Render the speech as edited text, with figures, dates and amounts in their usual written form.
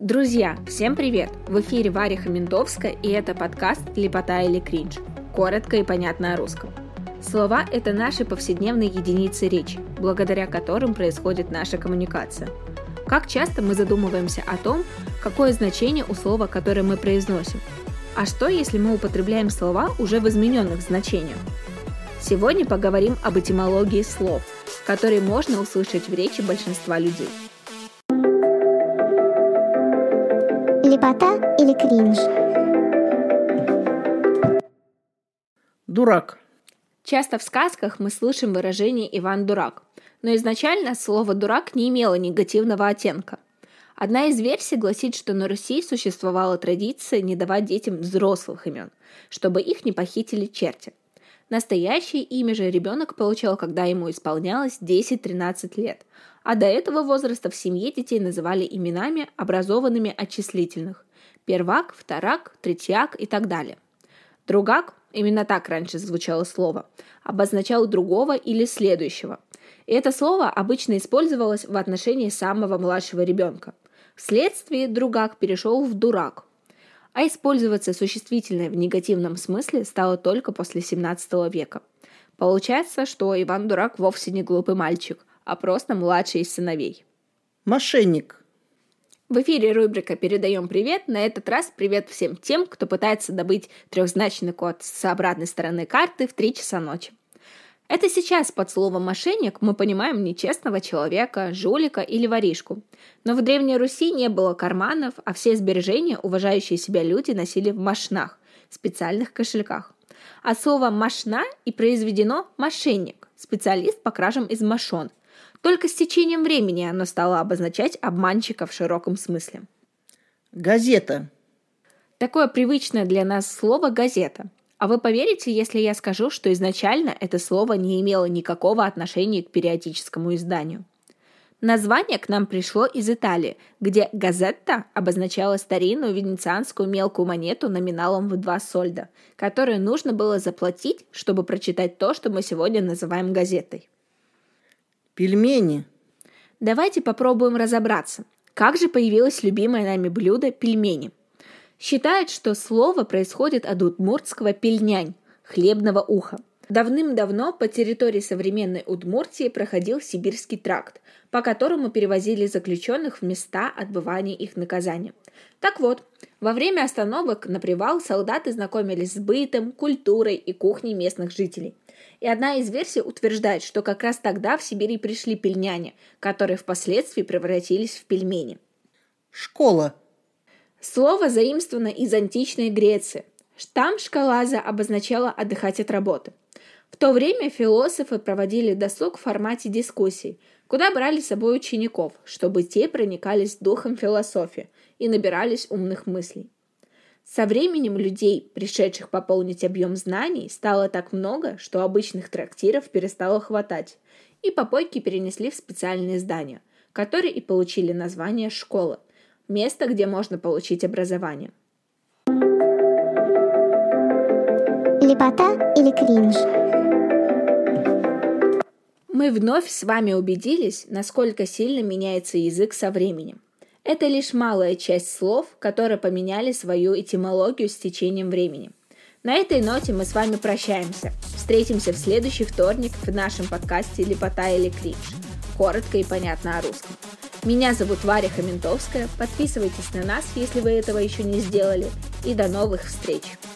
Друзья, всем привет! В эфире Варя Хаментовская, и это подкаст «Лепота или кринж». Коротко и понятно о русском. Слова – это наши повседневные единицы речи, благодаря которым происходит наша коммуникация. Как часто мы задумываемся о том, какое значение у слова, которое мы произносим? А что, если мы употребляем слова уже в измененных значениях? Сегодня поговорим об этимологии слов, которые можно услышать в речи большинства людей. Лепота или кринж? Дурак. Часто в сказках мы слышим выражение «Иван дурак», но изначально слово «дурак» не имело негативного оттенка. Одна из версий гласит, что на Руси существовала традиция не давать детям взрослых имен, чтобы их не похитили черти. Настоящее имя же ребенок получал, когда ему исполнялось 10-13 лет, а до этого возраста в семье детей называли именами, образованными от числительных – первак, вторак, третьяк и так далее. Другак, именно так раньше звучало слово, обозначал другого или следующего. И это слово обычно использовалось в отношении самого младшего ребенка. Вследствие другак перешел в дурак. А использоваться существительное в негативном смысле стало только после 17 века. Получается, что Иван Дурак вовсе не глупый мальчик, а просто младший из сыновей. Мошенник. В эфире рубрика «Передаем привет». На этот раз привет всем тем, кто пытается добыть трехзначный код с обратной стороны карты в 3 часа ночи. Это сейчас под словом «мошенник» мы понимаем нечестного человека, жулика или воришку. Но в Древней Руси не было карманов, а все сбережения уважающие себя люди носили в мошнах, специальных кошельках. От слова «мошна» и произведено «мошенник», специалист по кражам из мошон. Только с течением времени оно стало обозначать обманщика в широком смысле. Газета. Такое привычное для нас слово «газета». А вы поверите, если я скажу, что изначально это слово не имело никакого отношения к периодическому изданию? Название к нам пришло из Италии, где «газетта» обозначала старинную венецианскую мелкую монету номиналом в 2 сольда, которую нужно было заплатить, чтобы прочитать то, что мы сегодня называем газетой. Пельмени. Давайте попробуем разобраться, как же появилось любимое нами блюдо пельмени. Считают, что слово происходит от удмуртского «пельнянь» – хлебного уха. Давным-давно по территории современной Удмуртии проходил Сибирский тракт, по которому перевозили заключенных в места отбывания их наказания. Так вот, во время остановок на привал солдаты знакомились с бытом, культурой и кухней местных жителей. И одна из версий утверждает, что как раз тогда в Сибирь пришли пельняне, которые впоследствии превратились в пельмени. Школа. Слово заимствовано из античной Греции. Там школаза обозначала отдыхать от работы. В то время философы проводили досуг в формате дискуссий, куда брали с собой учеников, чтобы те проникались духом философии и набирались умных мыслей. Со временем людей, пришедших пополнить объем знаний, стало так много, что обычных трактиров перестало хватать, и попойки перенесли в специальные здания, которые и получили название «школа», место, где можно получить образование. Лепота или кринж? Мы вновь с вами убедились, насколько сильно меняется язык со временем. Это лишь малая часть слов, которые поменяли свою этимологию с течением времени. На этой ноте мы с вами прощаемся. Встретимся в следующий вторник в нашем подкасте «Лепота или кринж». Коротко и понятно о русском. Меня зовут Варя Хаментовская. Подписывайтесь на нас, если вы этого еще не сделали. И до новых встреч!